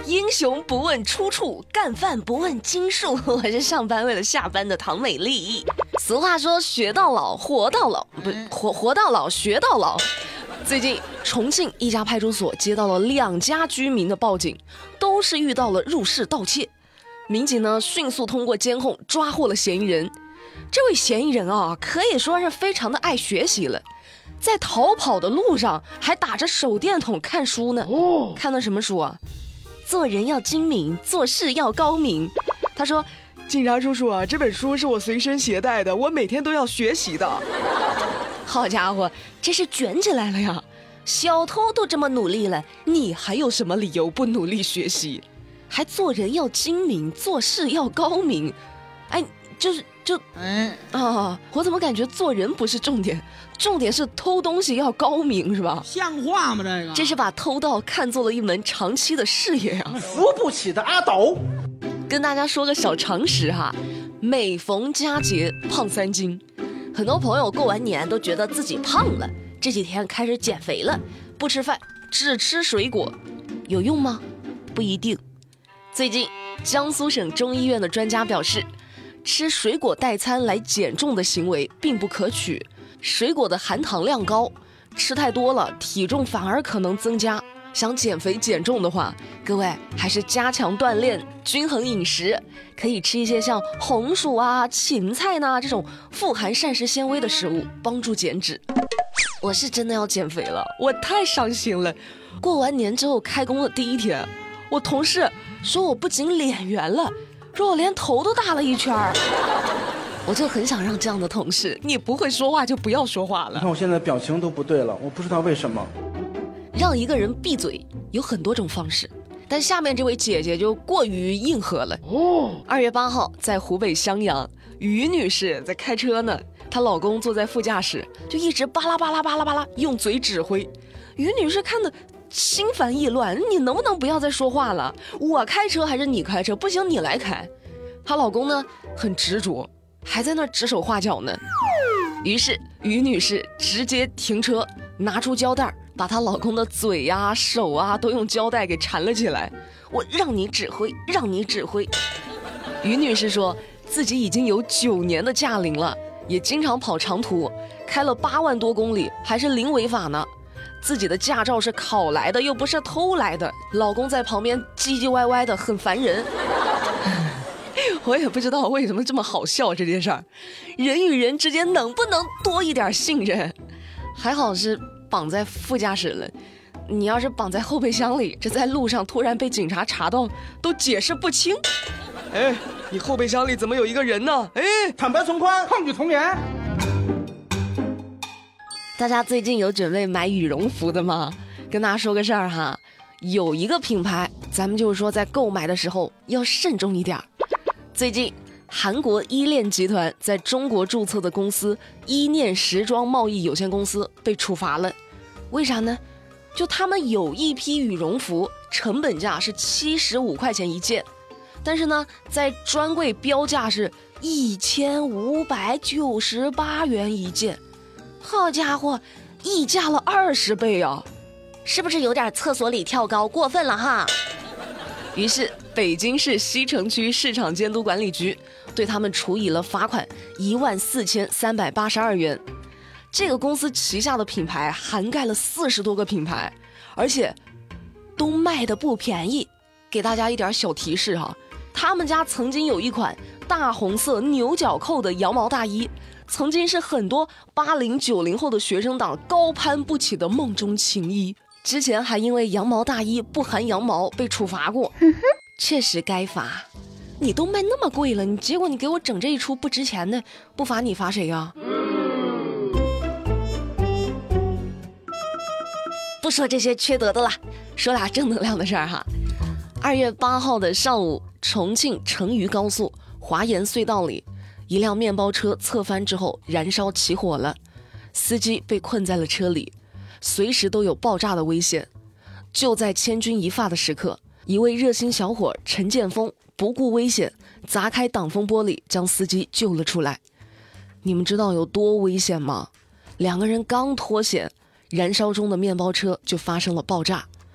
英雄不问出处，干饭不问斤数。我是上班为了下班的唐美丽。俗话说学到老活到老，不是活到老学到老。最近重庆一家派出所接到了2家居民的报警，都是遇到了入室盗窃。民警呢迅速通过监控抓获了嫌疑人。这位嫌疑人啊，可以说是非常的爱学习了，在逃跑的路上还打着手电筒看书呢。看的什么书啊？做人要精明，做事要高明。他说， 警察叔叔啊，这本书是我随身携带的，我每天都要学习的。 好家伙，这是卷起来了呀！小偷都这么努力了，你还有什么理由不努力学习？还做人要精明，做事要高明。哎，我怎么感觉做人不是重点，重点是偷东西要高明是吧？ 像话吗？ 这是把偷盗看作了一门长期的事业呀！ 扶不起的阿斗。 跟大家说个小常识哈，每逢佳节胖3斤。很多朋友过完年都觉得自己胖了，这几天开始减肥了，不吃饭，只吃水果，有用吗？不一定。最近江苏省中医院的专家表示，吃水果代餐来减重的行为并不可取，水果的含糖量高，吃太多了体重反而可能增加。想减肥减重的话，各位还是加强锻炼，均衡饮食，可以吃一些像红薯啊、芹菜呢这种富含膳食纤维的食物，帮助减脂。我是真的要减肥了，我太伤心了。过完年之后开工的第一天，我同事说我不仅脸圆了，说我连头都大了一圈儿。我就很想让这样的同事，你不会说话就不要说话了。 你看我现在表情都不对了，我不知道为什么。 让一个人闭嘴有很多种方式，但下面这位姐姐就过于硬核了。2月8号，在湖北襄阳，于女士在开车呢，她老公坐在副驾驶，就一直巴拉巴拉巴拉巴拉用嘴指挥。于女士看得心烦意乱，你能不能不要再说话了？我开车还是你开车？不行，你来开。她老公呢很执着，还在那指手画脚呢。于是于女士直接停车，拿出胶带，把她老公的嘴啊、手啊都用胶带给缠了起来。我让你指挥，让你指挥。于女士说自己已经有9年的驾龄了，也经常跑长途，开了8万多公里，还是零违法呢。自己的驾照是考来的，又不是偷来的。老公在旁边唧唧歪歪的，很烦人。我也不知道为什么这么好笑这件事儿，人与人之间能不能多一点信任？还好是绑在副驾驶了，你要是绑在后备箱里，这在路上突然被警察查到，都解释不清。 哎，你后备箱里怎么有一个人呢？哎， 坦白从宽，抗拒从严。 大家最近有准备买羽绒服的吗？跟大家说个事儿哈，有一个品牌，咱们就是说在购买的时候要慎重一点。最近韩国依恋集团在中国注册的公司依念时装贸易有限公司被处罚了。为啥呢？就他们有一批羽绒服成本价是75块钱一件，但是呢在专柜标价是1598元一件。好家伙，溢价了20倍啊！是不是有点厕所里跳高过分了哈？于是北京市西城区市场监督管理局对他们处以了罚款14382元。这个公司旗下的品牌涵盖了40多个品牌，而且都卖的不便宜。给大家一点小提示哈，他们家曾经有一款大红色牛角扣的羊毛大衣，曾经是很多80、90后的学生党高攀不起的梦中情衣。之前还因为羊毛大衣不含羊毛被处罚过，确实该罚。你都卖那么贵了，结果你给我整这一出不值钱的，不罚你罚谁呀？不说这些缺德的了，说俩正能量的事儿哈。2月8号的上午，重庆成渝高速华严隧道里，一辆面包车侧翻之后燃烧起火了，司机被困在了车里，随时都有爆炸的危险。就在千钧一发的时刻，一位热心小伙陈建峰不顾危险，砸开挡风玻璃，将司机救了出来。你们知道有多危险吗？2个人刚脱险，燃烧中的面包车就发生了爆炸。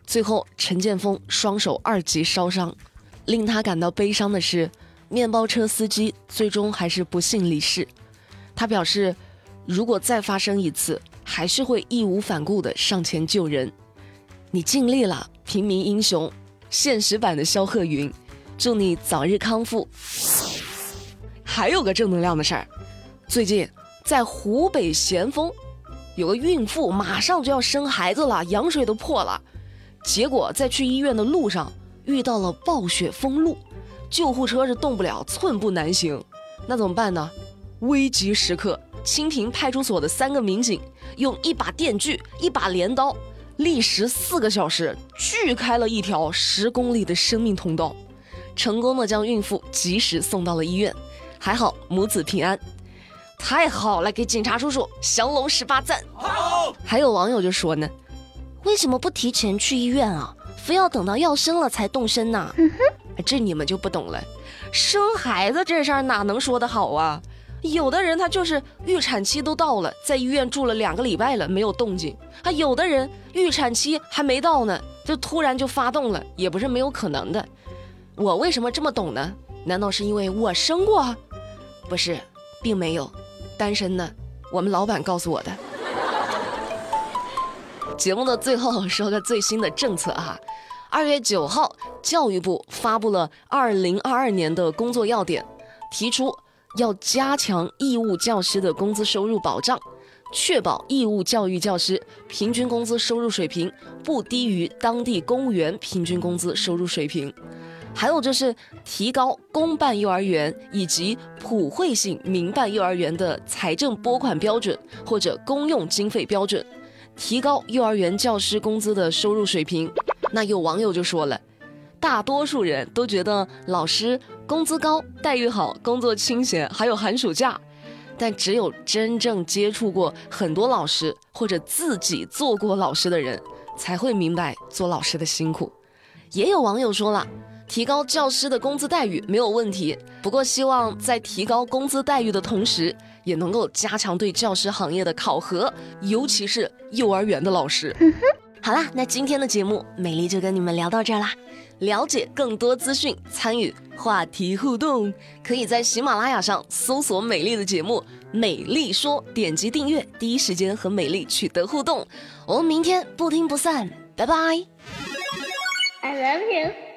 最后陈建锋双手2级烧伤。令他感到悲伤的是，面包车司机最终还是不幸离世。他表示，如果再发生一次，还是会义无反顾地上前救人。你尽力了，平民英雄，现实版的肖鹤云，祝你早日康复。还有个正能量的事儿，最近在湖北咸丰，有个孕妇马上就要生孩子了，羊水都破了，结果在去医院的路上遇到了暴雪封路，救护车是动不了，寸步难行。那怎么办呢？危急时刻，清平派出所的3个民警用一把电锯、一把镰刀，历时4个小时锯开了一条10公里的生命通道，成功的将孕妇及时送到了医院，还好母子平安。太好了，给警察叔叔降龙18赞。好。还有网友就说呢，为什么不提前去医院啊？非要等到要生了才动身呢？这你们就不懂了，生孩子这事儿哪能说得好啊？有的人他就是预产期都到了，在医院住了2个礼拜了没有动静，有的人预产期还没到呢，就突然就发动了，也不是没有可能的。我为什么这么懂呢？难道是因为我生过？不是，并没有，单身呢，我们老板告诉我的。节目的最后说个最新的政策啊，2月9号，教育部发布了2022年的工作要点，提出要加强义务教师的工资收入保障，确保义务教育教师平均工资收入水平不低于当地公务员平均工资收入水平。还有就是提高公办幼儿园以及普惠性民办幼儿园的财政拨款标准或者公用经费标准，提高幼儿园教师工资的收入水平。那有网友就说了，大多数人都觉得老师工资高、待遇好、工作清闲，还有寒暑假，但只有真正接触过很多老师或者自己做过老师的人，才会明白做老师的辛苦。也有网友说了，提高教师的工资待遇没有问题，不过希望在提高工资待遇的同时，也能够加强对教师行业的考核，尤其是幼儿园的老师。好啦，那今天的节目美丽就跟你们聊到这儿啦。了解更多资讯，参与话题互动，可以在喜马拉雅上搜索美丽的节目美丽说，点击订阅，第一时间和美丽取得互动。我们明天不听不散，拜拜。 I love you.